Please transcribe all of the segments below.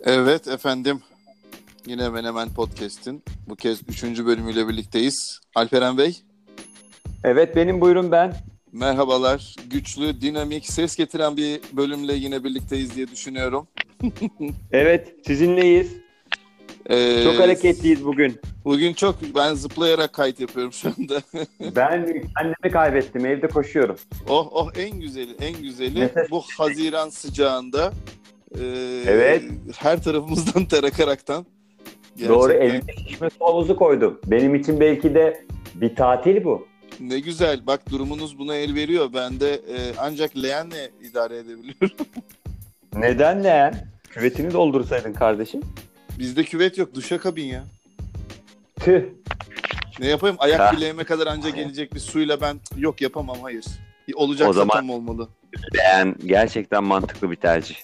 Evet efendim, yine Menemen Podcast'in bu kez 3. bölümüyle birlikteyiz. Alperen Bey, Evet benim buyurun ben. merhabalar. Güçlü, dinamik, ses getiren bir bölümle yine birlikteyiz diye düşünüyorum. Evet sizinleyiz. Çok Ee, hareketliyiz bugün. Bugün ben zıplayarak kayıt yapıyorum şu anda. Ben kendimi kaybettim evde koşuyorum. Oh oh, en güzeli, en güzeli Nefes. bu Haziran sıcağında Evet her tarafımızdan ter akaraktan doğru gerçekten. evime şişme su havuzu koydum. Benim için belki de bir tatil bu. Ne güzel. Bak, durumunuz buna el veriyor. Ben de ancak leğenle idare edebiliyorum. Neden leğen? Küvetini doldursaydın kardeşim. Bizde küvet yok. Duşakabin ya. Tüh. Ne yapayım? Ayak Ha. bileğime kadar anca gelecek bir suyla ben yok yapamam. Hayır. O Olacaksa zaman tam olmalı. leğen gerçekten mantıklı bir tercih.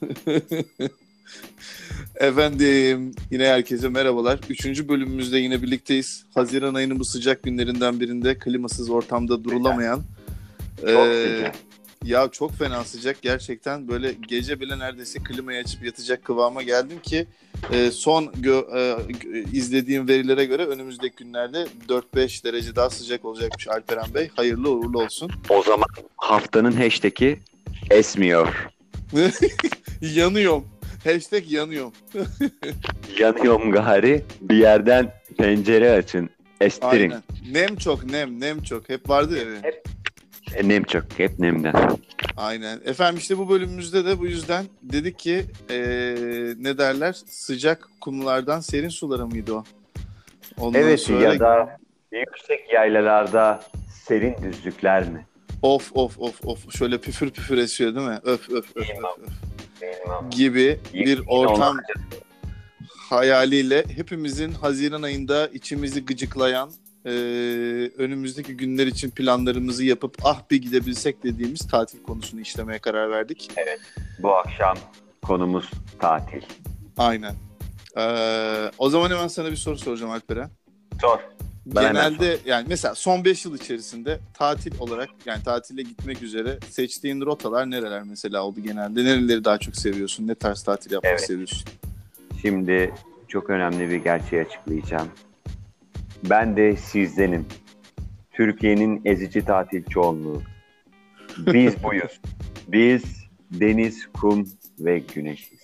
Efendim, yine herkese merhabalar. 3. bölümümüzde yine birlikteyiz. Haziran ayının bu sıcak günlerinden birinde klimasız ortamda durulamayan Çok e, sıcak. ya çok fena sıcak. Gerçekten böyle gece bile neredeyse klimayı açıp yatacak kıvama geldim ki son izlediğim verilere göre önümüzdeki günlerde 4-5 derece daha sıcak olacakmış Alperen Bey. Hayırlı uğurlu olsun. O zaman haftanın hashtag'i esmiyor. Yanıyorum. Hashtag yanıyorum. Yanıyorum gari. Bir yerden pencere açın. Estirin. Aynen. Nem çok, nem çok. Hep vardı ya. Nem çok. Hep nemden. Aynen. Efendim, işte bu bölümümüzde de bu yüzden dedik ki ne derler? Sıcak kumlardan serin sulara mıydı o? Ondan Evet sonra ya da yüksek yaylalarda serin düzlükler mi? of of of of şöyle püfür püfür esiyor değil mi? Öf öf öf öf, öf gibi bir ortam hayaliyle hepimizin Haziran ayında içimizi gıcıklayan, önümüzdeki günler için planlarımızı yapıp ah bir gidebilsek dediğimiz tatil konusunu işlemeye karar verdik. Bu akşam konumuz tatil. Aynen. O zaman hemen sana bir soru soracağım Alperen. Sor. Genelde yani mesela son 5 yıl içerisinde tatil olarak, yani tatile gitmek üzere seçtiğin rotalar nereler mesela oldu genelde? Nereleri daha çok seviyorsun? Ne tarz tatil yapmayı seviyorsun? Şimdi çok önemli bir gerçeği açıklayacağım. Ben de sizdenim. Türkiye'nin ezici tatil çoğunluğu. Biz buyuz. Biz deniz, kum ve güneşiz.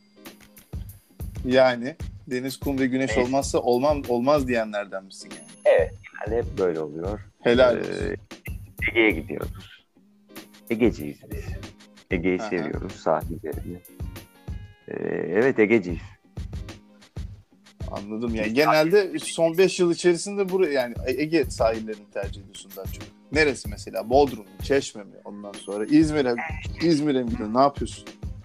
Yani deniz, kum ve güneş Evet. olmazsa olmaz diyenlerden misin yani? Evet. Yani hep böyle oluyor. Helal olsun. Ege'ye gidiyoruz. Egeciyiz biz. Ege'yi Aha. seviyoruz, sahillerini. Evet, Egeciyiz. Anladım. Yani genelde son 5 yıl içerisinde buraya, yani Ege sahillerini tercih ediyorsun daha çok. Neresi mesela? Bodrum mu? Çeşme mi? Ondan sonra İzmir'e mi gidiyorsun? Ne yapıyorsun?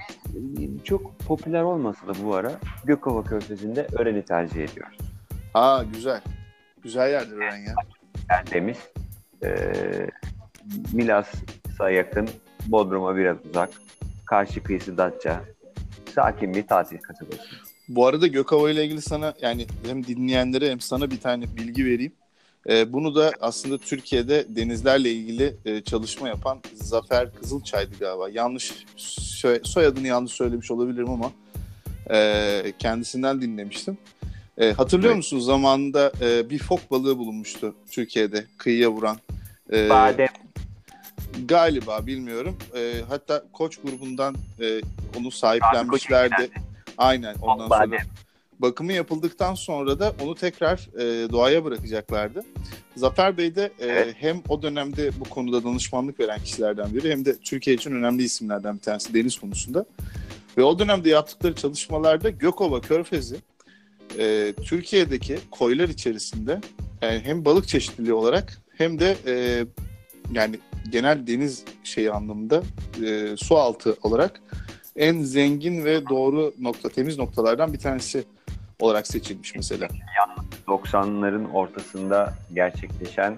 Çok popüler olmasa da bu ara Gökova Körfezi'nde Ören'i tercih ediyoruz. Ha, güzel. Güzel yerdir Ören ya. Tertemiz. Ee, Milas'a yakın, Bodrum'a biraz uzak. Karşı kıyısı Datça. Sakin bir tatil kasabası. Bu arada Gökova ile ilgili sana, yani hem dinleyenlere hem sana bir tane bilgi vereyim. Bunu da aslında Türkiye'de denizlerle ilgili çalışma yapan Zafer Kızılçay'dı galiba. Soyadını yanlış söylemiş olabilirim ama kendisinden dinlemiştim. Hatırlıyor Evet. musun? Zamanında bir fok balığı bulunmuştu Türkiye'de, kıyıya vuran. Badem. Galiba, bilmiyorum. Hatta Koç grubundan onu sahiplenmişlerdi. Aynen, ondan sonra Badem. bakımı yapıldıktan sonra da onu tekrar doğaya bırakacaklardı. Zafer Bey de Evet. hem o dönemde bu konuda danışmanlık veren kişilerden biri, hem de Türkiye için önemli isimlerden bir tanesi deniz konusunda. Ve o dönemde yaptıkları çalışmalarda Gökova Körfezi Türkiye'deki koylar içerisinde hem balık çeşitliliği olarak hem de yani genel deniz anlamında su altı olarak en zengin ve doğru temiz noktalardan bir tanesi olarak seçilmiş mesela. 90'ların ortasında gerçekleşen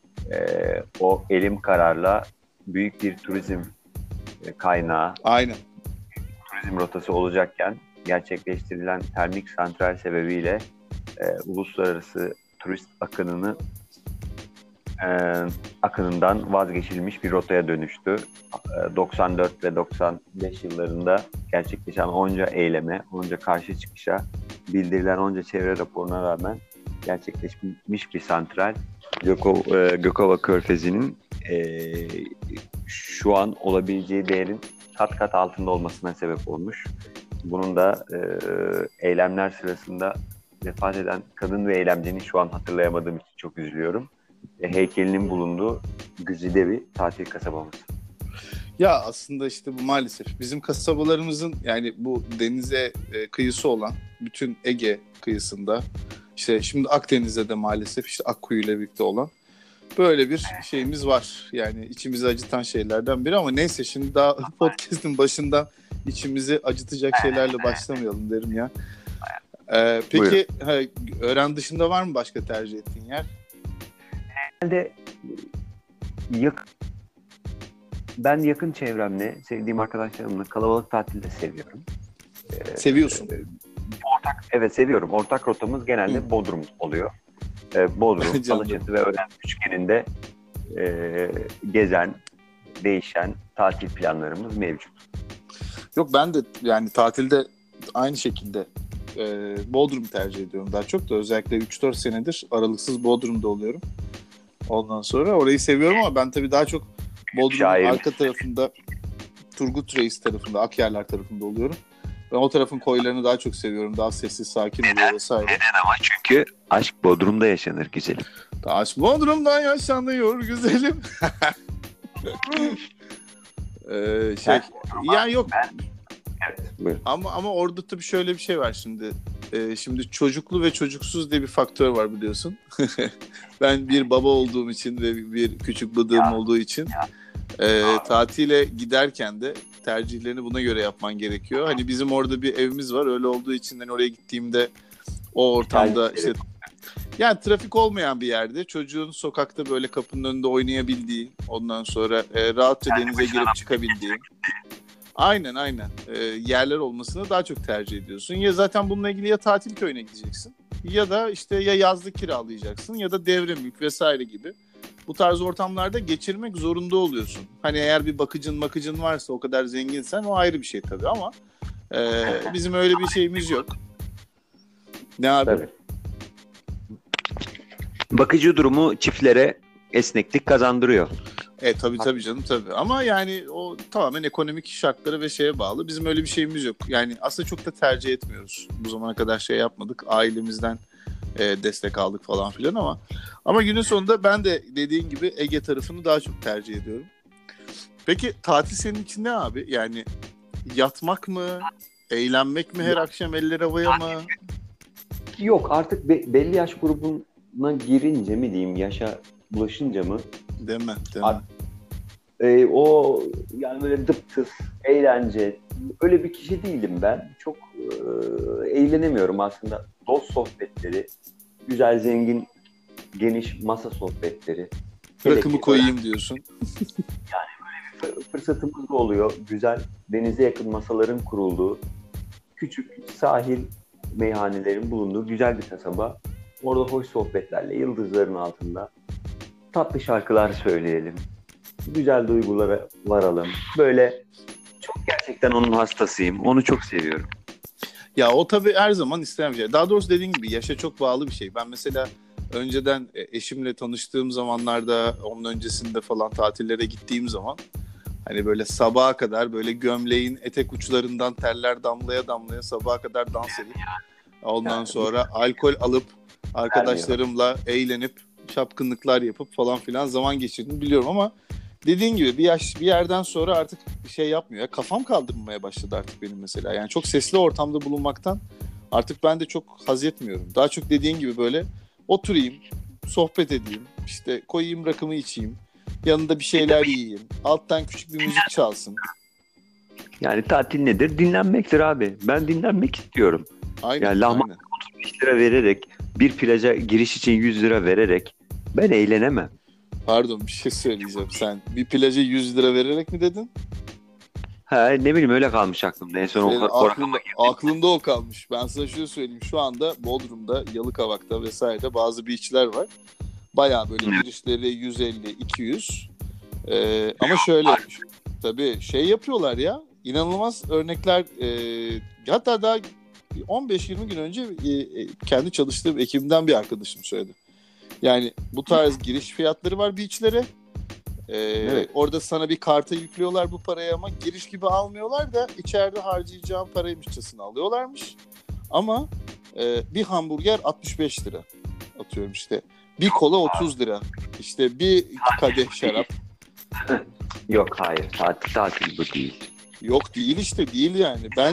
o elim kararla büyük bir turizm kaynağı, Aynen. turizm rotası olacakken gerçekleştirilen termik santral sebebiyle uluslararası turist akınını akınından vazgeçilmiş bir rotaya dönüştü. 94 ve 95 yıllarında gerçekleşen onca eyleme, onca karşı çıkışa, bildirilen onca çevre raporuna rağmen gerçekleşmiş bir santral Gökova Körfezi'nin şu an olabileceği değerin kat kat altında olmasına sebep olmuş. Bunun da eylemler sırasında vefat eden kadın ve eylemcinin şu an hatırlayamadığım için çok üzülüyorum. Heykelinin bulunduğu güzide bir tatil kasabamız. Ya aslında işte bu maalesef bizim kasabalarımızın, yani bu denize kıyısı olan bütün Ege kıyısında, işte şimdi Akdeniz'de de maalesef işte Akkuyu ile birlikte olan böyle bir şeyimiz var. Yani içimizi acıtan şeylerden biri, ama neyse şimdi daha podcast'ın başından içimizi acıtacak şeylerle başlamayalım derim ya. Peki öğren dışında var mı başka tercih ettiğin yer? Genelde ben yakın çevremle, sevdiğim arkadaşlarımla kalabalık tatilde seviyorum. Seviyorsun. Evet, seviyorum. Ortak rotamız genelde Bodrum oluyor. Bodrum, Alaçatı ve Ören üçgeninde gezen, değişen tatil planlarımız mevcut. Yok, ben de yani tatilde aynı şekilde Bodrum tercih ediyorum daha çok da, özellikle 3-4 senedir aralıksız Bodrum'da oluyorum. Ondan sonra orayı seviyorum, ama ben tabii daha çok Bodrum'un arka tarafında, Turgut Reis tarafında, Akyarlar tarafında oluyorum. Ben o tarafın koylarını daha çok seviyorum. Daha sessiz, sakin oluyor vesaire. Neden ama? Çünkü aşk Bodrum'da yaşanır güzelim. Aşk Bodrum'da yaşanıyor güzelim. Yani yok. Evet, ama orada tabii şöyle bir şey var şimdi. Şimdi çocuklu ve çocuksuz diye bir faktör var, biliyorsun. Ben bir baba olduğum için ve bir küçük bıdığım olduğu için tatile giderken de tercihlerini buna göre yapman gerekiyor. Hani bizim orada bir evimiz var. Öyle olduğu için oraya gittiğimde o ortamda işte, yani trafik olmayan bir yerde çocuğun sokakta böyle kapının önünde oynayabildiği, ondan sonra rahatça denize girip çıkabildiği, aynen yerler olmasını daha çok tercih ediyorsun. Ya zaten bununla ilgili ya tatil köyüne gideceksin, ya da işte ya yazlık kiralayacaksın, ya da devre mülk vesaire gibi. Bu tarz ortamlarda geçirmek zorunda oluyorsun. Hani eğer bir bakıcın varsa, o kadar zenginsen, o ayrı bir şey tabii, ama bizim öyle bir şeyimiz yok. Ne abi? Tabii. Bakıcı durumu çiftlere esneklik kazandırıyor. Tabii canım tabii. Ama yani o tamamen ekonomik şartlara ve şeye bağlı. Bizim öyle bir şeyimiz yok. Yani aslında çok da tercih etmiyoruz. Bu zamana kadar şey yapmadık. Ailemizden destek aldık falan filan, ama günün sonunda ben de dediğin gibi Ege tarafını daha çok tercih ediyorum. Peki tatil senin için ne abi? Yani yatmak mı? Eğlenmek mi her akşam eller havaya mı? Yok, artık belli yaş grubuna girince mi diyeyim, yaşa bulaşınca mı? Deme. O yani böyle dıptıs, eğlence, öyle bir kişi değilim ben. Çok eğlenemiyorum aslında. Dost sohbetleri, güzel, zengin, geniş masa sohbetleri. Rakımı koyayım diyorsun. Yani böyle bir fırsatımız da oluyor. Güzel, denize yakın masaların kurulduğu, küçük sahil meyhanelerin bulunduğu güzel bir kasaba. Orada hoş sohbetlerle, yıldızların altında tatlı şarkılar söyleyelim. Güzel duygulara varalım. Böyle çok, gerçekten onun hastasıyım. Onu çok seviyorum. Ya o tabii her zaman istenen bir şey. Daha doğrusu dediğin gibi yaşa çok bağlı bir şey. Ben mesela önceden eşimle tanıştığım zamanlarda, onun öncesinde falan tatillere gittiğim zaman, hani böyle sabaha kadar böyle gömleğin etek uçlarından terler damlaya damlaya sabaha kadar dans edip, ondan sonra alkol alıp arkadaşlarımla eğlenip şapkınlıklar yapıp falan filan zaman geçirdim biliyorum, ama dediğin gibi bir yerden sonra artık bir şey yapmıyor. Kafam kaldırmaya başladı artık benim mesela. Yani çok sesli ortamda bulunmaktan artık ben de çok haz etmiyorum. Daha çok dediğin gibi böyle oturayım, sohbet edeyim, işte koyayım rakımı içeyim, yanında bir şeyler yiyeyim, alttan küçük bir müzik çalsın. Yani tatil nedir? Dinlenmektir abi. Ben dinlenmek istiyorum. Aynen. Yani lahmacun 35 lira vererek, bir plaja giriş için 100 lira vererek ben eğlenemem. Pardon, bir şey söyleyeceğim. Sen bir plaja 100 lira vererek mi dedin? Ne bileyim, öyle kalmış aklımda. En son aklımda o kalmış. Ben sana şunu söyleyeyim. Şu anda Bodrum'da, Yalıkavak'ta vesaire bazı beach'ler var. Bayağı böyle girişleri 150-200. Ama şöyle tabii şey yapıyorlar ya, inanılmaz örnekler. Hatta daha 15-20 gün önce kendi çalıştığım ekibimden bir arkadaşım söyledi. Yani bu tarz giriş fiyatları var beachlere. Evet. Orada sana bir karta yüklüyorlar bu parayı ama giriş gibi almıyorlar da içeride harcayacağın paraymışçasına alıyorlarmış. Ama bir hamburger 65 lira atıyorum işte. Bir kola 30 lira. İşte bir kadeh şarap. Yok hayır. Tatil bu değil. Yok değil işte, değil yani. Ben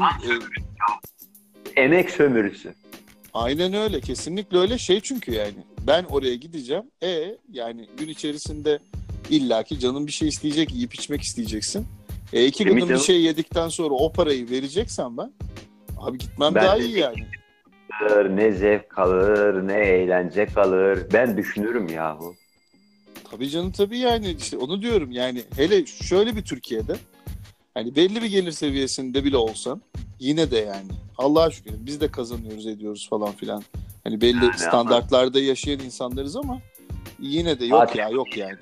emek sömürüsü. Aynen öyle. Kesinlikle öyle şey, çünkü yani ben oraya gideceğim. Yani gün içerisinde illaki canın bir şey isteyecek, yiyip içmek isteyeceksin. 2 günün bir şey yedikten sonra o parayı vereceksen ben abi gitmem daha iyi yani. Ne zevk kalır, ne eğlence kalır. Ben düşünürüm yahu. Tabii canım, tabii yani işte onu diyorum yani, hele şöyle bir Türkiye'de hani belli bir gelir seviyesinde bile olsan yine de yani Allah'a şükür biz de kazanıyoruz ediyoruz falan filan. Hani belli yani standartlarda yaşayan insanlarız ama yine de yok ya, yok yani.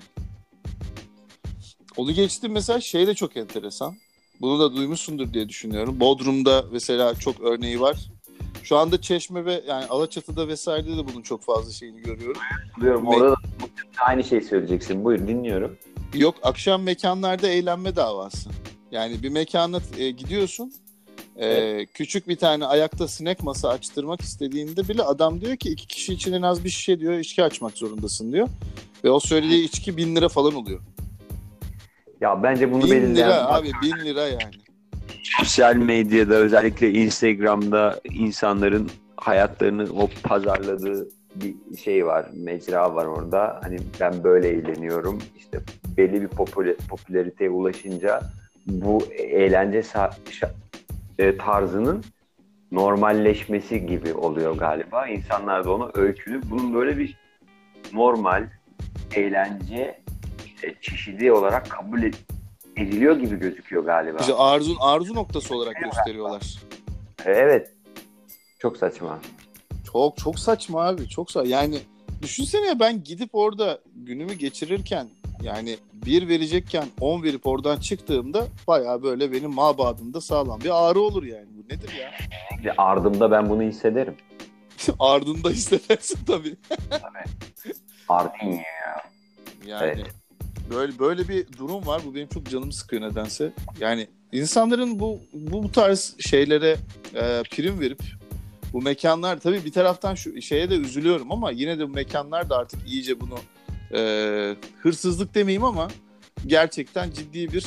Onu geçtim, mesela şey de çok enteresan. Bunu da duymuşsundur diye düşünüyorum. Bodrum'da mesela çok örneği var. Şu anda Çeşme ve yani Alaçatı'da vesairede de bunun çok fazla şeyini görüyorum. Biliyorum, orada da aynı şeyi söyleyeceksin. Buyur, dinliyorum. Yok, akşam mekanlarda eğlenme davası. Yani bir mekana gidiyorsun. Evet. Küçük bir tane ayakta snack masa açtırmak istediğinde bile adam diyor ki 2 kişi için en az bir şişe diyor içki açmak zorundasın diyor. Ve o söylediği içki 1000 lira falan oluyor. Ya bence bunu 1000 lira abi, 1000 lira yani. Sosyal medyada, özellikle Instagram'da insanların hayatlarını pazarladığı bir şey var, mecra var orada. Hani ben böyle eğleniyorum. İşte belli bir popülariteye ulaşınca bu eğlence tarzının normalleşmesi gibi oluyor galiba. İnsanlar da onu öykünüp bunun böyle bir normal eğlence çeşidi olarak kabul ediliyor gibi gözüküyor galiba. İşte arzu noktası olarak gösteriyorlar. Evet. Çok saçma. Çok saçma abi. Çok saçma. Yani düşünsene, ben gidip orada günümü geçirirken yani 1 verecekken 10 verip oradan çıktığımda bayağı böyle benim mabadımda sağlam bir ağrı olur yani. Bu nedir ya? Ardımda ben bunu hissederim. Ardında hissedersin tabii. Ardın ya. Yani evet. Böyle bir durum var. Bu benim çok canımı sıkıyor nedense. Yani insanların bu tarz şeylere prim verip bu mekanlar, tabii bir taraftan şu şeye de üzülüyorum ama yine de bu mekanlar da artık iyice bunu hırsızlık demeyeyim ama gerçekten ciddi bir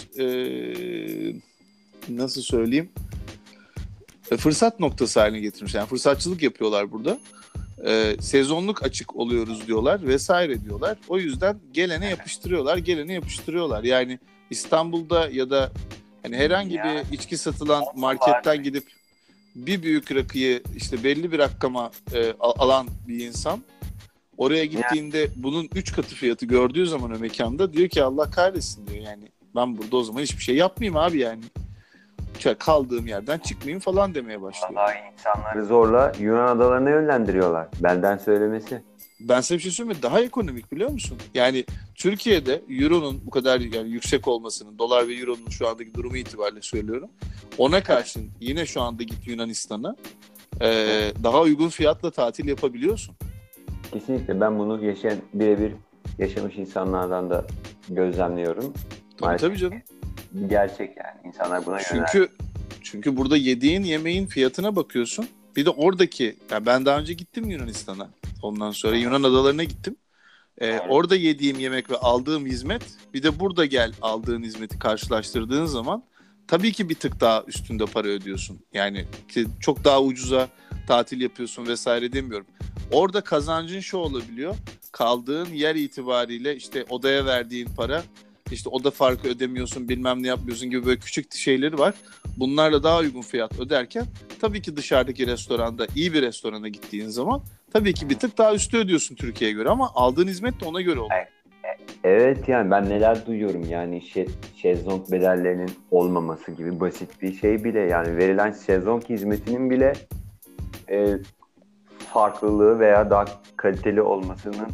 nasıl söyleyeyim, fırsat noktası haline getirmiş. Yani fırsatçılık yapıyorlar burada. Sezonluk açık oluyoruz diyorlar vesaire diyorlar. O yüzden gelene yapıştırıyorlar. Yani İstanbul'da ya da hani herhangi bir içki satılan marketten gidip bir büyük rakıyı işte belli bir rakama alan bir insan oraya gittiğinde bunun 3 katı fiyatı gördüğü zaman o mekanda diyor ki Allah kahretsin diyor. Yani ben burada o zaman hiçbir şey yapmayayım abi yani. Kaldığım yerden çıkmayayım falan demeye başlıyor. Vallahi insanları zorla Yunan adalarına yönlendiriyorlar. Benden söylemesi. Ben size bir şey söyleyeyim mi? Daha ekonomik, biliyor musun? Yani Türkiye'de Euro'nun bu kadar yani yüksek olmasının, dolar ve Euro'nun şu andaki durumu itibariyle söylüyorum. Ona karşın yine şu anda git Yunanistan'a daha uygun fiyatla tatil yapabiliyorsun. Kesinlikle, ben bunu birebir yaşamış insanlardan da gözlemliyorum. Tabii canım. Gerçek yani. İnsanlar buna Çünkü burada yediğin yemeğin fiyatına bakıyorsun. Bir de oradaki, yani ben daha önce gittim Yunanistan'a. Ondan sonra Yunan adalarına gittim. Orada yediğim yemek ve aldığım hizmet, bir de burada gel aldığın hizmeti karşılaştırdığın zaman tabii ki bir tık daha üstünde para ödüyorsun. Yani çok daha ucuza tatil yapıyorsun vesaire demiyorum. Orada kazancın şu olabiliyor. Kaldığın yer itibariyle işte odaya verdiğin para, İşte oda farkı ödemiyorsun, bilmem ne yapmıyorsun gibi böyle küçük şeyleri var. Bunlarla daha uygun fiyat öderken tabii ki dışarıdaki restoranda, iyi bir restorana gittiğin zaman tabii ki bir tık daha üstü ödüyorsun Türkiye'ye göre ama aldığın hizmet de ona göre oluyor. Evet, yani ben neler duyuyorum yani şezlong bedellerinin olmaması gibi basit bir şey bile, yani verilen şezlong hizmetinin bile farklılığı veya daha kaliteli olmasının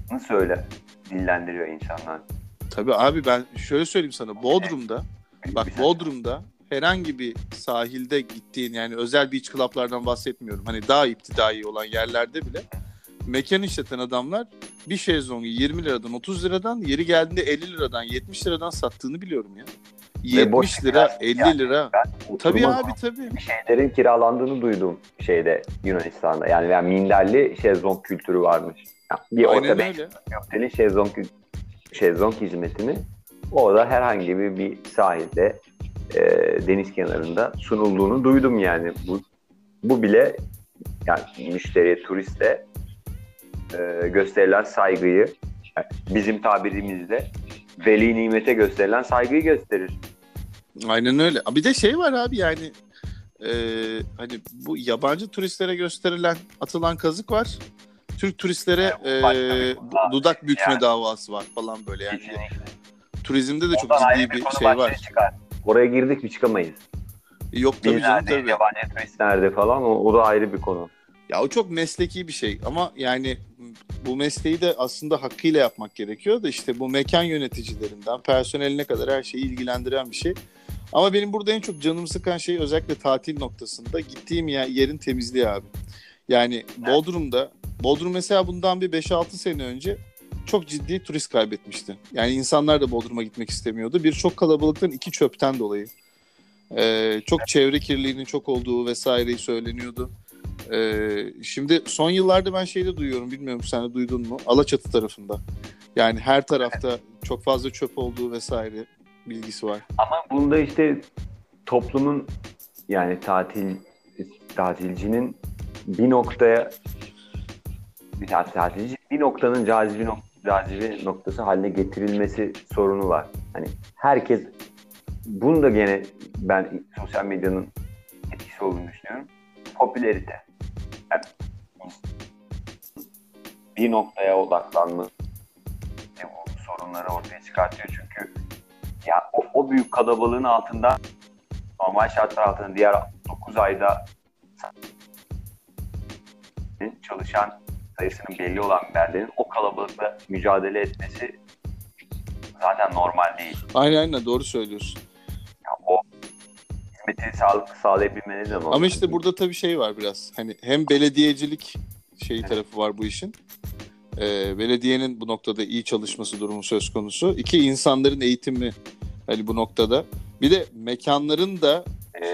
Nasıl öyle dillendiriyor insanlar? Tabii abi, ben şöyle söyleyeyim sana. Bodrum'da herhangi bir sahilde gittiğin, yani özel beach club'lardan bahsetmiyorum. Hani daha iptidai olan yerlerde bile mekan işleten adamlar bir şezlongu 20 liradan 30 liradan, yeri geldiğinde 50 liradan 70 liradan sattığını biliyorum ya. 70 lira, 50 yani. lira. Tabii abi, tabii. Şeylerin kiralandığını duydum Yunanistan'da. Yani minderli şezlong kültürü varmış. Yani bir Aynen öyle. Otelin şezlong hizmetini orada herhangi bir sahilde deniz kenarında sunulduğunu duydum yani. Bu bile yani müşteriye, turiste gösterilen saygıyı, yani bizim tabirimizle veli nimete gösterilen saygıyı gösterir. Aynen öyle. Bir de şey var abi, yani hani bu yabancı turistlere gösterilen, atılan kazık var. Türk turistlere dudak bükme davası var falan böyle yani. Turizmde de çok ciddi bir şey var. Oraya girdik mi çıkamayız. Yok tabii canım, tabii. Yabancı turistlerde falan o da ayrı bir konu. Ya o çok mesleki bir şey ama yani bu mesleği de aslında hakkıyla yapmak gerekiyor da işte bu mekan yöneticilerinden personeline kadar her şeyi ilgilendiren bir şey. Ama benim burada en çok canımı sıkan şey, özellikle tatil noktasında gittiğim yerin temizliği abi. Yani Bodrum mesela bundan bir 5-6 sene önce çok ciddi turist kaybetmişti. Yani insanlar da Bodrum'a gitmek istemiyordu. Bir, çok kalabalıktan, iki, çöpten dolayı. Çok çevre kirliliğinin çok olduğu vesaireyi söyleniyordu. Şimdi son yıllarda ben şeyde duyuyorum, bilmiyorum sen de duydun mu? Alaçatı tarafında. Yani her tarafta çok fazla çöp olduğu vesaire bilgisi var. Ama bunda işte toplumun, yani tatilcinin bir noktanın cazibe noktası haline getirilmesi sorunu var. Hani herkes, bunu da gene ben sosyal medyanın etkisi olduğunu düşünüyorum. Popülerite. Yani bir noktaya odaklanma bu sorunları ortaya çıkartıyor, çünkü ya o büyük kalabalığın altında, normal şartlar altında diğer 9 ayda çalışan sayısının belli olan berlerin o kalabalıkla mücadele etmesi zaten normal değil. Aynen doğru söylüyorsun. Ya o hizmeti sağlayabilmeleri de normal. Ama işte burada tabii şey var biraz. Hani hem belediyecilik tarafı var bu işin. Belediyenin bu noktada iyi çalışması durumu söz konusu. İki, insanların eğitimi hani bu noktada. Bir de mekanların da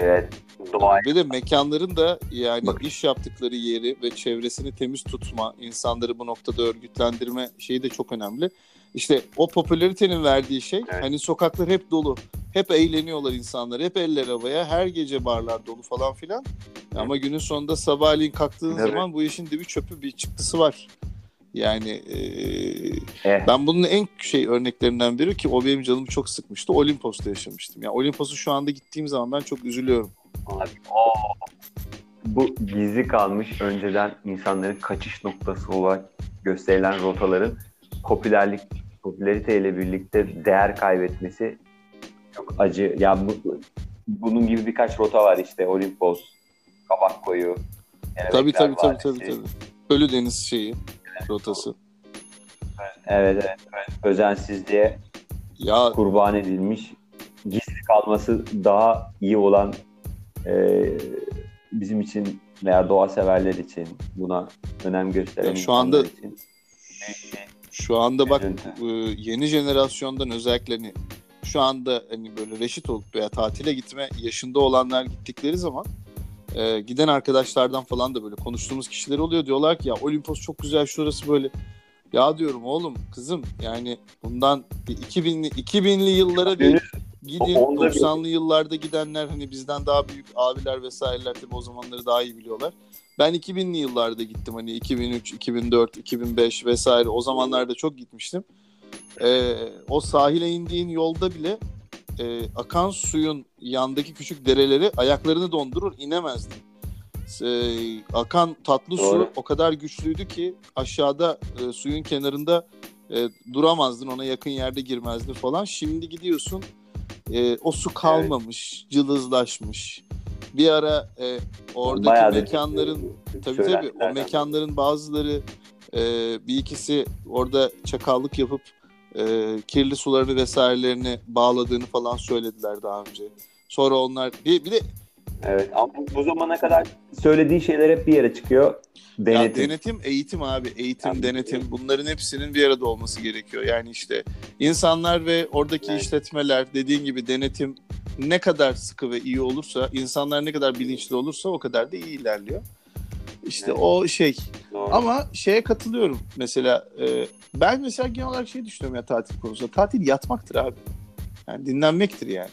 yani iş yaptıkları yeri ve çevresini temiz tutma, insanları bu noktada örgütlendirme şeyi de çok önemli. İşte o popülaritenin verdiği şey, hani sokaklar hep dolu. Hep eğleniyorlar insanlar. Hep eller havaya. Her gece barlar dolu falan filan. Ama günün sonunda sabahleyin kalktığın zaman bu işin dibi çöpü bir çıktısı var. Yani ben bunun en örneklerinden biri ki o benim canımı çok sıkmıştı. Olimpos'ta yaşamıştım. Yani Olimpos'u şu anda gittiğim zaman ben çok üzülüyorum. Abi, bu gizli kalmış, önceden insanların kaçış noktası olarak gösterilen rotaların popülariteyle birlikte değer kaybetmesi çok acı. Ya bunun gibi birkaç rota var işte, Olimpos, Kabakkoyu. Tabii. Ölüdeniz rotası. Evet. Özensizliğe kurban edilmiş, gizli kalması daha iyi olan bizim için veya doğa severler için, buna önem gösteren insanlar için. Şu anda bak yeni jenerasyondan özellikle hani şu anda hani böyle reşit olup veya tatile gitme yaşında olanlar gittikleri zaman giden arkadaşlardan falan da böyle konuştuğumuz kişiler oluyor. Diyorlar ki ya Olimpos çok güzel, şurası böyle. Ya diyorum oğlum, kızım, yani bundan 2000'li yıllara bir gidin. 90'lı yıllarda gidenler hani bizden daha büyük abiler vesaireler tabii o zamanları daha iyi biliyorlar. Ben 2000'li yıllarda gittim, hani 2003, 2004, 2005 vesaire, o zamanlarda çok gitmiştim. O sahile indiğin yolda bile akan suyun yandaki küçük dereleri ayaklarını dondurur, inemezdin. Akan tatlı su o kadar güçlüydü ki aşağıda suyun kenarında duramazdın, ona yakın yerde girmezdin falan. Şimdi gidiyorsun, o su kalmamış, cılızlaşmış. Bir ara oradaki mekanların tabii o mekanların bazıları Bir ikisi orada çakallık yapıp kirli sularını vesairelerini bağladığını falan söylediler daha önce. Sonra onlar bir de Evet ama bu zamana kadar söylediği şeyler hep bir yere çıkıyor. Denetim. Ya denetim, eğitim abi. Eğitim, Yani, denetim. Bunların hepsinin bir arada olması gerekiyor. Yani işte insanlar ve oradaki işletmeler, dediğin gibi denetim ne kadar sıkı ve iyi olursa, insanlar ne kadar bilinçli olursa o kadar da iyi ilerliyor. İşte o şey. Doğru. Ama şeye katılıyorum. Mesela ben mesela genel olarak şey düşünüyorum ya tatil konusunda. Tatil yatmaktır abi. Yani dinlenmektir yani.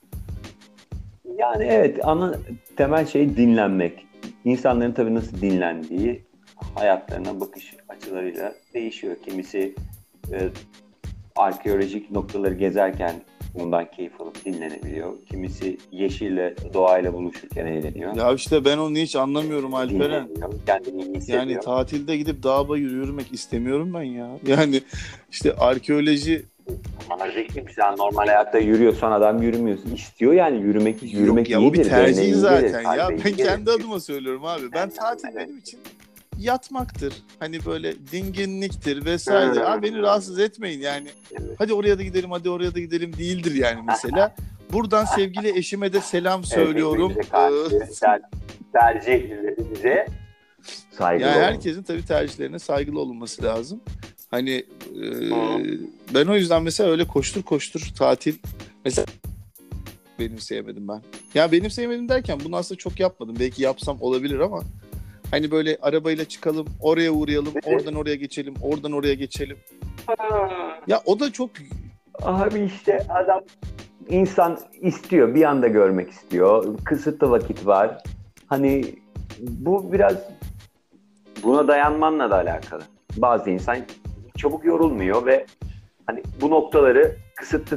Yani evet, ana temel şey dinlenmek. İnsanların tabii nasıl dinlendiği hayatlarına bakış açılarıyla değişiyor. Kimisi arkeolojik noktaları gezerken bundan keyif alıp dinlenebiliyor. Kimisi yeşille, doğayla buluşurken eğleniyor. Ya işte ben onu hiç anlamıyorum Alperen. Kendini iyi hissediyor. Yani tatilde gidip dağ bayır yürümek istemiyorum ben ya. Yani işte arkeoloji... Sen normal hayatta yürüyorsan adam yürümüyorsun. İstiyor yani yürümek Yok ya, iyidir. o bir tercih Örneğin zaten gelir, ya. Ben gelir. kendi adıma söylüyorum abi. Ben tatil benim için yatmaktır. Hani böyle dinginliktir vesaire. Abi beni rahatsız etmeyin yani. Hadi oraya da gidelim, hadi oraya da gidelim değildir yani mesela. Buradan sevgili eşime de selam söylüyorum. Tercihlerimize saygılı yani olun. herkesin tabii tercihlerine saygılı olunması lazım. Hani ben o yüzden mesela öyle koştur koştur tatil mesela benimseyemedim ben. Ya benimseyemedim derken bunu aslında çok yapmadım. Belki yapsam olabilir ama hani böyle arabayla çıkalım, oraya uğrayalım, oradan oraya geçelim, oradan oraya geçelim. Ya o da çok... Abi işte adam, insan istiyor, bir anda görmek istiyor. Kısıtlı vakit var. Hani bu biraz buna dayanmanla da alakalı. Bazı insan çabuk yorulmuyor ve hani bu noktaları kısıtlı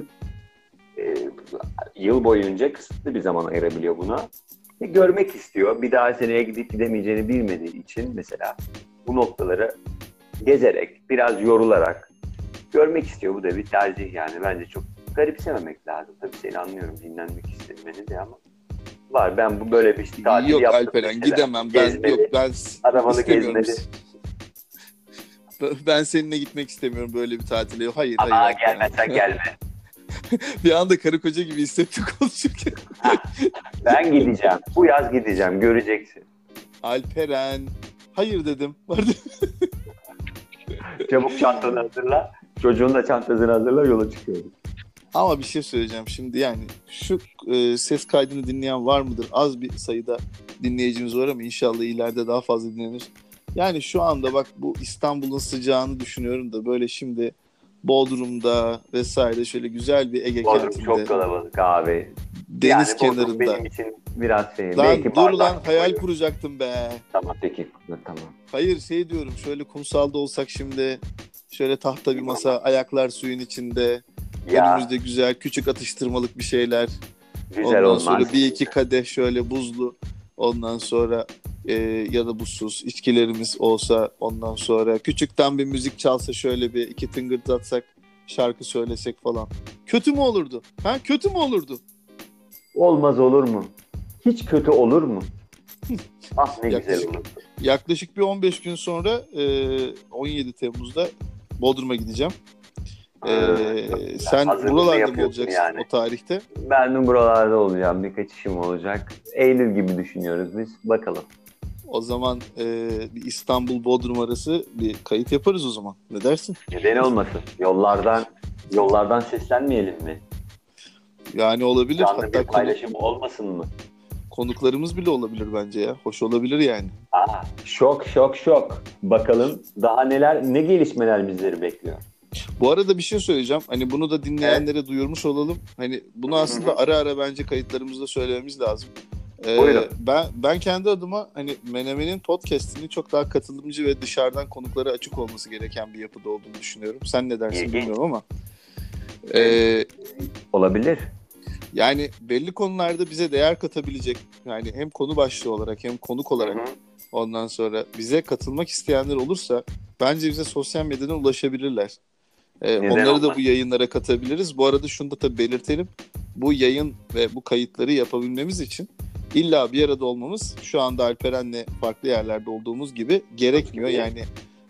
yıl boyunca kısıtlı bir zaman ayırabiliyor buna. Görmek istiyor. Bir daha seneye gidip gidemeyeceğini bilmediği için mesela bu noktaları gezerek, biraz yorularak görmek istiyor. Bu da bir tercih yani. Bence çok garipsememek lazım. Tabii seni anlıyorum, dinlenmek istemeni de ama var. Ben bu böyle bir tatil yok yaptım. Alperen mesela. gidemem. Ben arabalı istemiyorum. gezmeli. Ben seninle gitmek istemiyorum böyle bir tatile. Hayır. Gelme sen gelme. Bir anda karı koca gibi hissettim konuşurken. Ben gideceğim. Bu yaz gideceğim. Göreceksin. Alperen. Hayır dedim. Çabuk çantanı hazırla. Çocuğun da çantasını hazırla, yola çıkıyoruz. Ama bir şey söyleyeceğim şimdi, yani şu ses kaydını dinleyen var mıdır? Az bir sayıda dinleyicimiz var ama inşallah ileride daha fazla dinlenir. Yani şu anda bak, bu İstanbul'un sıcağını düşünüyorum da böyle şimdi Bodrum'da vesaire şöyle güzel bir Ege Bodrum kentinde. çok kalabalık abi. Deniz yani kenarında. Benim için biraz şey. Lan dur lan, hayal kuracaktım be. Tamam peki. Tamam. Hayır şey diyorum, şöyle kumsalda olsak şimdi, şöyle tahta bir masa, ayaklar suyun içinde. Ya. Önümüzde güzel küçük atıştırmalık bir şeyler. Güzel ondan olmaz. sonra bir iki kadeh şöyle buzlu. Ondan sonra ya da buzsuz içkilerimiz olsa, ondan sonra küçükten bir müzik çalsa, şöyle bir iki tıngırdatsak, şarkı söylesek falan. Kötü mü olurdu? Ha, kötü mü olurdu? Olmaz olur mu? Hiç kötü olur mu? Ah ne güzel olur. Yaklaşık bir 15 gün sonra 17 Temmuz'da Bodrum'a gideceğim. Sen buralarda mı olacaksın yani o tarihte? Ben de buralarda olacağım. Birkaç işim olacak. Eylül gibi düşünüyoruz biz. Bakalım. O zaman bir İstanbul-Bodrum arası bir kayıt yaparız o zaman. Ne dersin? Neden olmasın? Yollardan seslenmeyelim mi? Yani olabilir. Canlı hatta bir paylaşım olmasın mı? Konuklarımız bile olabilir bence ya. Hoş olabilir yani. Şok. Bakalım daha ne gelişmeler bizleri bekliyor. Bu arada bir şey söyleyeceğim. Hani bunu da dinleyenlere duyurmuş olalım. Hani bunu aslında ara ara bence kayıtlarımızda söylememiz lazım. Ben kendi adıma hani Menemen'in podcast'inin çok daha katılımcı ve dışarıdan konuklara açık olması gereken bir yapıda olduğunu düşünüyorum. Sen ne dersin bilmiyorum ama. Olabilir. Yani belli konularda bize değer katabilecek, yani hem konu başlığı olarak hem konuk olarak, ondan sonra bize katılmak isteyenler olursa bence bize sosyal medyadan ulaşabilirler. Onları da bu yayınlara katabiliriz. Bu arada şunu da tabii belirtelim. Bu yayın ve bu kayıtları yapabilmemiz için illa bir arada olmamız şu anda Alperen'le farklı yerlerde olduğumuz gibi gerekmiyor. Yani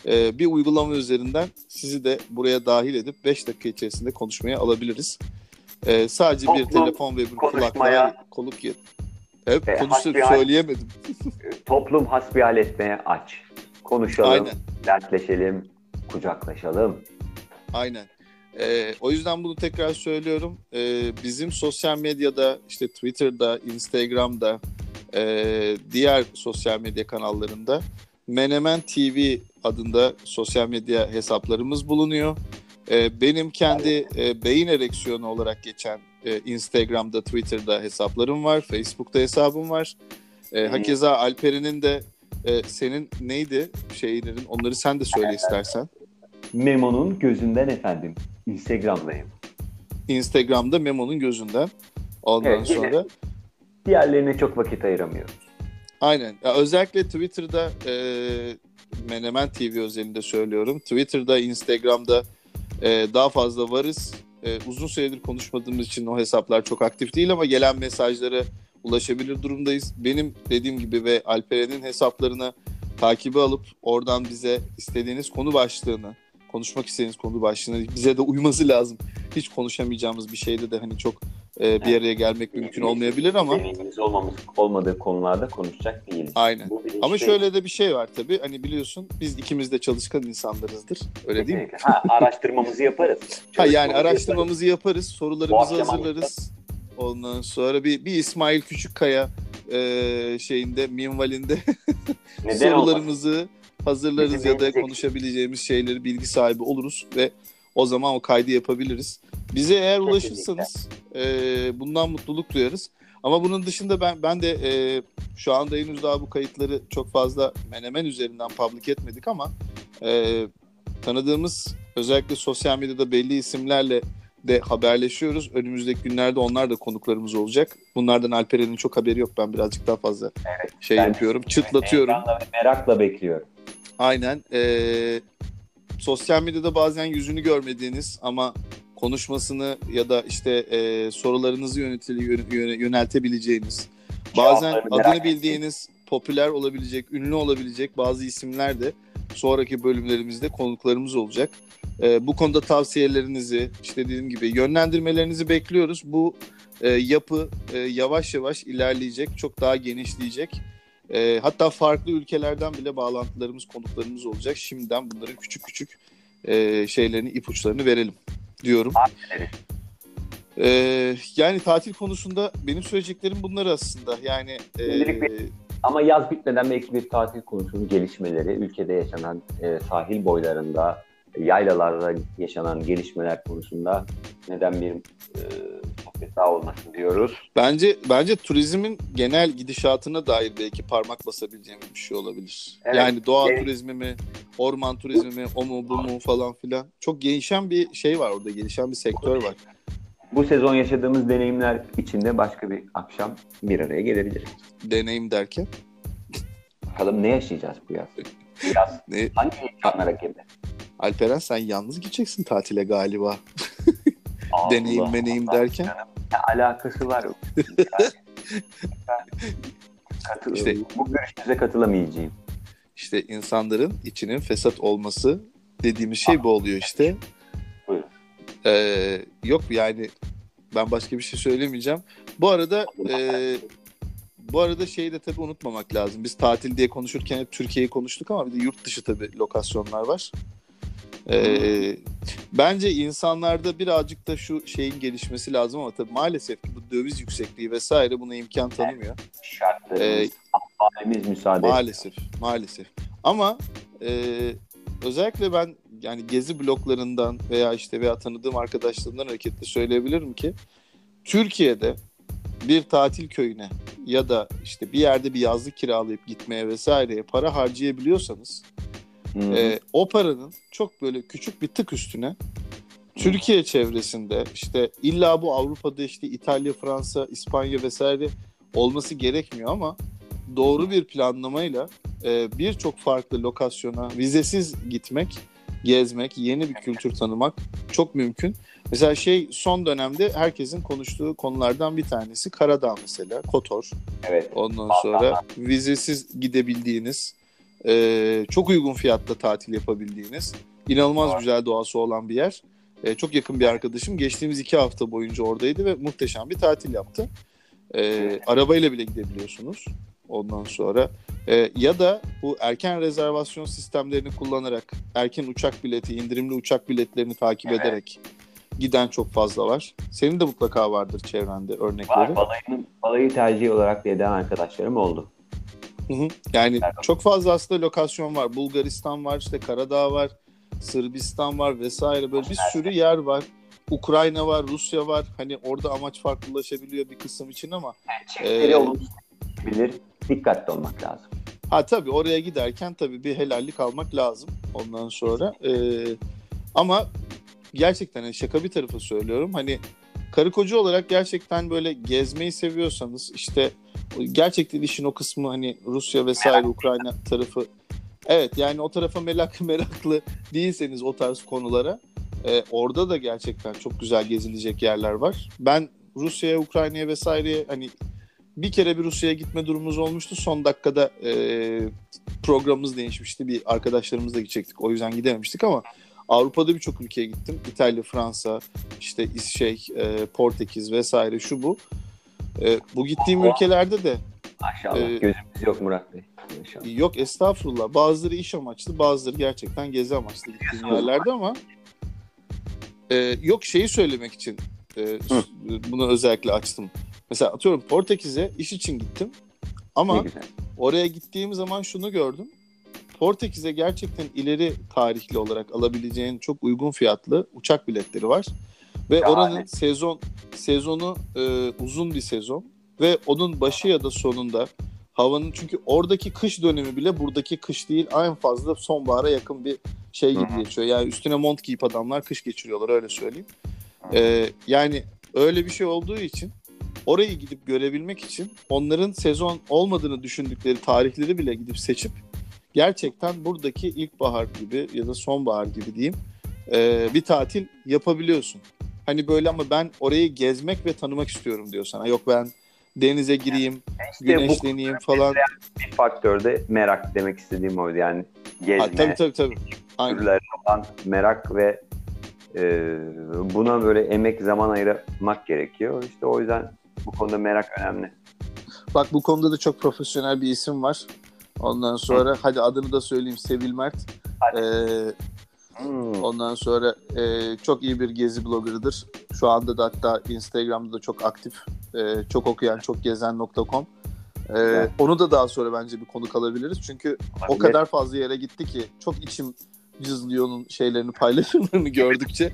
bir uygulama üzerinden sizi de buraya dahil edip 5 dakika içerisinde konuşmaya alabiliriz. Sadece bir telefon ve bir kulaklığa koluk yet. Evet, söyleyemedim. Toplum hasbihal etmeye aç. Konuşalım, aynen, dertleşelim, kucaklaşalım. Aynen. O yüzden bunu tekrar söylüyorum. Bizim sosyal medyada, işte Twitter'da, Instagram'da, diğer sosyal medya kanallarında Menemen TV adında sosyal medya hesaplarımız bulunuyor. Benim kendi beyin ereksiyonu olarak geçen Instagram'da, Twitter'da hesaplarım var. Facebook'ta hesabım var. Hakeza Alperen'in de senin neydi şeylerin, onları sen de söyle istersen. Memo'nun gözünden efendim. Instagram'dayım. Instagram'da Memo'nun gözünden. Ondan sonra diğerlerine çok vakit ayıramıyorum. Aynen. Ya özellikle Twitter'da Menemen TV özelinde söylüyorum. Twitter'da, Instagram'da daha fazla varız. Uzun süredir konuşmadığımız için o hesaplar çok aktif değil ama gelen mesajlara ulaşabilir durumdayız. Benim dediğim gibi ve Alperen'in hesaplarına takibi alıp oradan bize istediğiniz konu başlığını, konuşmak istediğiniz konu başlığını bize de uyması lazım. Hiç konuşamayacağımız bir şeyde de hani çok bir araya gelmek mümkün olmayabilir ama deneyimimiz olmadığı konularda konuşacak değiliz. Aynen. Ama şöyle de bir şey var tabii. Hani biliyorsun biz ikimiz de çalışkan insanlarızdır. Öyle değil mi? Araştırmamızı yaparız. Yani araştırmamızı yaparız. Sorularımızı hazırlarız. Ondan sonra bir İsmail Küçükkaya minvalinde sorularımızı hazırlarız ya da konuşabileceğimiz şeyleri bilgi sahibi oluruz ve o zaman o kaydı yapabiliriz. Bize eğer ulaşırsanız bundan mutluluk duyarız. Ama bunun dışında ben de şu anda henüz daha bu kayıtları çok fazla Menemen üzerinden public etmedik ama tanıdığımız özellikle sosyal medyada belli isimlerle de haberleşiyoruz. Önümüzdeki günlerde onlar da konuklarımız olacak. Bunlardan Alperen'in çok haberi yok. Ben birazcık daha fazla yapıyorum. Çıtlatıyorum. Merakla bekliyorum. Aynen. Sosyal medyada bazen yüzünü görmediğiniz ama konuşmasını ya da işte sorularınızı yöneltebileceğiniz, bazen adını bildiğiniz, popüler olabilecek, ünlü olabilecek bazı isimler de sonraki bölümlerimizde konuklarımız olacak. Bu konuda tavsiyelerinizi, işte dediğim gibi yönlendirmelerinizi bekliyoruz. Bu yapı yavaş yavaş ilerleyecek, çok daha genişleyecek. Hatta farklı ülkelerden bile bağlantılarımız, konuklarımız olacak. Şimdiden bunların küçük küçük şeylerini, ipuçlarını verelim diyorum. Yani tatil konusunda benim söyleyeceklerim bunlar aslında. Yani ama yaz bitmeden belki bir tatil konusunun gelişmeleri, ülkede yaşanan sahil boylarında, yaylalarda yaşanan gelişmeler konusunda neden bir sohbet daha olmasın diyoruz. Bence turizmin genel gidişatına dair belki parmak basabileceğimiz bir şey olabilir. Evet, yani doğa turizmi mi, orman turizmi mi, o mu bu mu falan filan. Çok gelişen bir şey var orada, gelişen bir sektör var. Bu sezon yaşadığımız deneyimler içinde başka bir akşam bir araya gelebiliriz. Deneyim derken? Bakalım ne yaşayacağız bu yaz? Hangi imkanlara gebe? Alperen sen yalnız gideceksin tatile galiba. Deneyim derken? Ne alakası var? İşte, bu görüşünüze katılamayacağım. İşte insanların içinin fesat olması dediğimiz şey bu oluyor işte. Yok yani ben başka bir şey söylemeyeceğim. Bu arada şeyi de tabii unutmamak lazım. Biz tatil diye konuşurken hep Türkiye'yi konuştuk ama bir de yurt dışı tabii lokasyonlar var. Bence insanlarda birazcık da şu şeyin gelişmesi lazım ama tabii maalesef ki bu döviz yüksekliği vesaire buna imkan tanımıyor. Şartlarımız, halimiz müsaade. Maalesef. Ama özellikle ben yani gezi bloglarından veya tanıdığım arkadaşlarımdan hareketle söyleyebilirim ki Türkiye'de bir tatil köyüne ya da işte bir yerde bir yazlık kiralayıp gitmeye vesaireye para harcayabiliyorsanız o paranın çok böyle küçük bir tık üstüne Türkiye çevresinde işte illa bu Avrupa'da işte İtalya, Fransa, İspanya vesaire olması gerekmiyor ama doğru bir planlamayla birçok farklı lokasyona vizesiz gitmek, gezmek, yeni bir kültür tanımak çok mümkün. Mesela son dönemde herkesin konuştuğu konulardan bir tanesi Karadağ mesela, Kotor. Evet. Ondan sonra vizesiz gidebildiğiniz Çok uygun fiyatla tatil yapabildiğiniz, inanılmaz güzel doğası olan bir yer. Çok yakın bir arkadaşım geçtiğimiz 2 hafta boyunca oradaydı ve muhteşem bir tatil yaptı. Arabayla bile gidebiliyorsunuz ondan sonra. Ya da bu erken rezervasyon sistemlerini kullanarak erken uçak bileti, indirimli uçak biletlerini takip ederek giden çok fazla var. Senin de mutlaka vardır çevrende örnekleri. Var, balayı tercih olarak eden arkadaşlarım oldu. Hı. Yani çok fazla aslında lokasyon var. Bulgaristan var, işte Karadağ var, Sırbistan var vesaire, böyle bir sürü yer var. Ukrayna var, Rusya var. Hani orada amaç farklılaşabiliyor bir kısım için ama çiftleri olabilir. Dikkatli olmak lazım. Tabii oraya giderken tabii bir helallik almak lazım ondan sonra. Ama gerçekten hani şaka bir tarafa söylüyorum. Hani karı koca olarak gerçekten böyle gezmeyi seviyorsanız, işte gerçekten işin o kısmı hani Rusya vesaire, Ukrayna tarafı. Evet, yani o tarafa meraklı değilseniz o tarz konulara, orada da gerçekten çok güzel gezilecek yerler var. Ben Rusya'ya, Ukrayna'ya vesaireye hani bir kere bir Rusya'ya gitme durumumuz olmuştu. Son dakikada programımız değişmişti. Bir arkadaşlarımızla gidecektik. O yüzden gidememiştik ama Avrupa'da birçok ülkeye gittim. İtalya, Fransa, işte Portekiz vesaire, şu bu. Bu gittiğim ülkelerde de maşallah gözümüz yok Murat Bey. Maşallah. Yok estağfurullah. Bazıları iş amaçlı, bazıları gerçekten gezi amaçlı gittiğim yerlerde ama yok, şeyi söylemek için bunu özellikle açtım. Mesela atıyorum Portekiz'e iş için gittim ama oraya gittiğim zaman şunu gördüm. Portekiz'e gerçekten ileri tarihli olarak alabileceğin çok uygun fiyatlı uçak biletleri var. Ve oranın sezonu uzun bir sezon ve onun başı ya da sonunda havanın, çünkü oradaki kış dönemi bile buradaki kış değil, en fazla sonbahara yakın bir şey gibi geçiyor. Yani üstüne mont giyip adamlar kış geçiriyorlar, öyle söyleyeyim. Yani öyle bir şey olduğu için orayı gidip görebilmek için onların sezon olmadığını düşündükleri tarihleri bile gidip seçip gerçekten buradaki ilkbahar gibi ya da sonbahar gibi diyeyim bir tatil yapabiliyorsun. Hani böyle, ama ben orayı gezmek ve tanımak istiyorum diyorsan. Yok ben denize gireyim, işte güneşleneyim falan. Bir faktör de merak, demek istediğim oydu. Yani gezme, tabii. Aynen. Olan merak ve buna böyle emek, zaman ayırmak gerekiyor. İşte o yüzden bu konuda merak önemli. Bak, bu konuda da çok profesyonel bir isim var. Ondan sonra hadi adını da söyleyeyim, Sevil Mert. Ondan sonra çok iyi bir gezi bloggerıdır. Şu anda da hatta Instagram'da da çok aktif. Çok okuyan, çok gezen.com. Onu da daha sonra bence bir konuk alabiliriz. Çünkü o kadar fazla yere gitti ki çok içim cızlıyor onun şeylerini, paylaşımlarını gördükçe.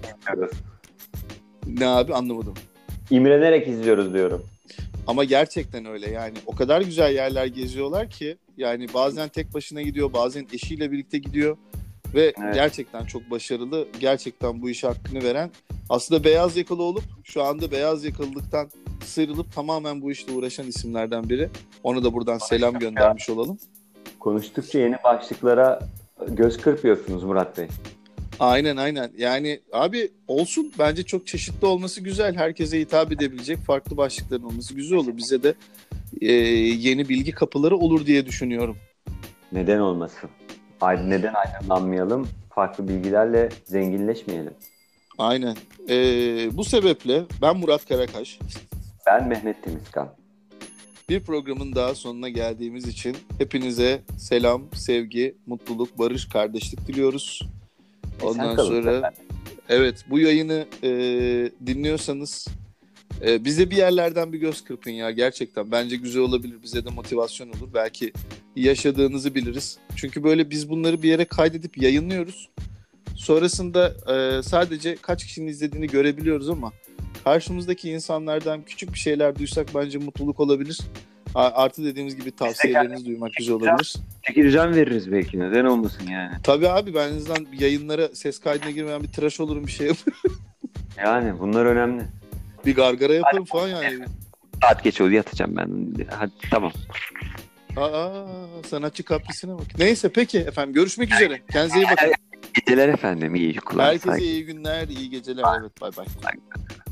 Ne abi, anlamadım. İmrenerek izliyoruz diyorum. Ama gerçekten öyle yani. O kadar güzel yerler geziyorlar ki yani bazen tek başına gidiyor, bazen eşiyle birlikte gidiyor ve gerçekten çok başarılı. Gerçekten bu işe hakkını veren, aslında beyaz yakalı olup şu anda beyaz yakalılıktan sıyrılıp tamamen bu işle uğraşan isimlerden biri. Ona da buradan selam göndermiş olalım. Konuştukça yeni başlıklara göz kırpıyorsunuz Murat Bey. Aynen. Yani abi olsun, bence çok çeşitli olması güzel. Herkese hitap edebilecek farklı başlıkların olması güzel olur. Bize de yeni bilgi kapıları olur diye düşünüyorum. Neden olmasın? Neden aydınlanmayalım? Farklı bilgilerle zenginleşmeyelim. Aynen. Bu sebeple ben Murat Karakaş. Ben Mehmet Temizkan. Bir programın daha sonuna geldiğimiz için hepinize selam, sevgi, mutluluk, barış, kardeşlik diliyoruz. Ondan sonra evet, bu yayını dinliyorsanız bize bir yerlerden bir göz kırpın ya, gerçekten. Bence güzel olabilir, bize de motivasyon olur. Belki yaşadığınızı biliriz. Çünkü böyle biz bunları bir yere kaydedip yayınlıyoruz. Sonrasında sadece kaç kişinin izlediğini görebiliyoruz ama karşımızdaki insanlardan küçük bir şeyler duysak bence mutluluk olabilir. Artı dediğimiz gibi tavsiyelerinizi duymak güzel olabilir. Çekileceğim veririz belki, neden olmasın yani. Tabii abi, ben en azından yayınlara ses kaydına girmeyen bir tıraş olurum, bir şey yaparım. Yani bunlar önemli. Bir gargara yaparım falan yani. Saat geç oldu, yatacağım ben. Hadi tamam. Sanatçı kaprisine bak. Neyse peki efendim, görüşmek üzere. Kendinize iyi bakın. İyi geceler efendim, iyi uykular. Herkese iyi günler, iyi geceler. Evet, bay bay.